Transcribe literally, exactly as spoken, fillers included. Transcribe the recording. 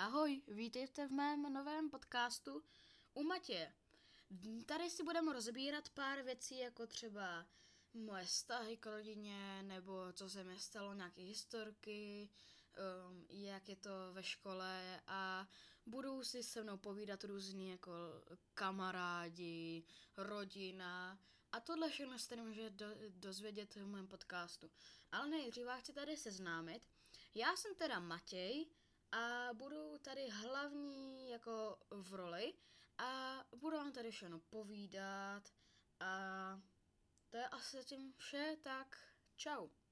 Ahoj, vítejte v mém novém podcastu u Matěje. Tady si budeme rozebírat pár věcí, jako třeba moje vztahy k rodině, nebo co se mi stalo, nějaké historky, um, jak je to ve škole a budou si se mnou povídat různí jako kamarádi, rodina a tohle všechno se tady může do, dozvědět v mém podcastu. Ale nejdřív vás chci tady seznámit. Já jsem teda Matěj, a budu tady hlavní jako v roli a budu vám tady všechno povídat a to je asi zatím vše, tak čau.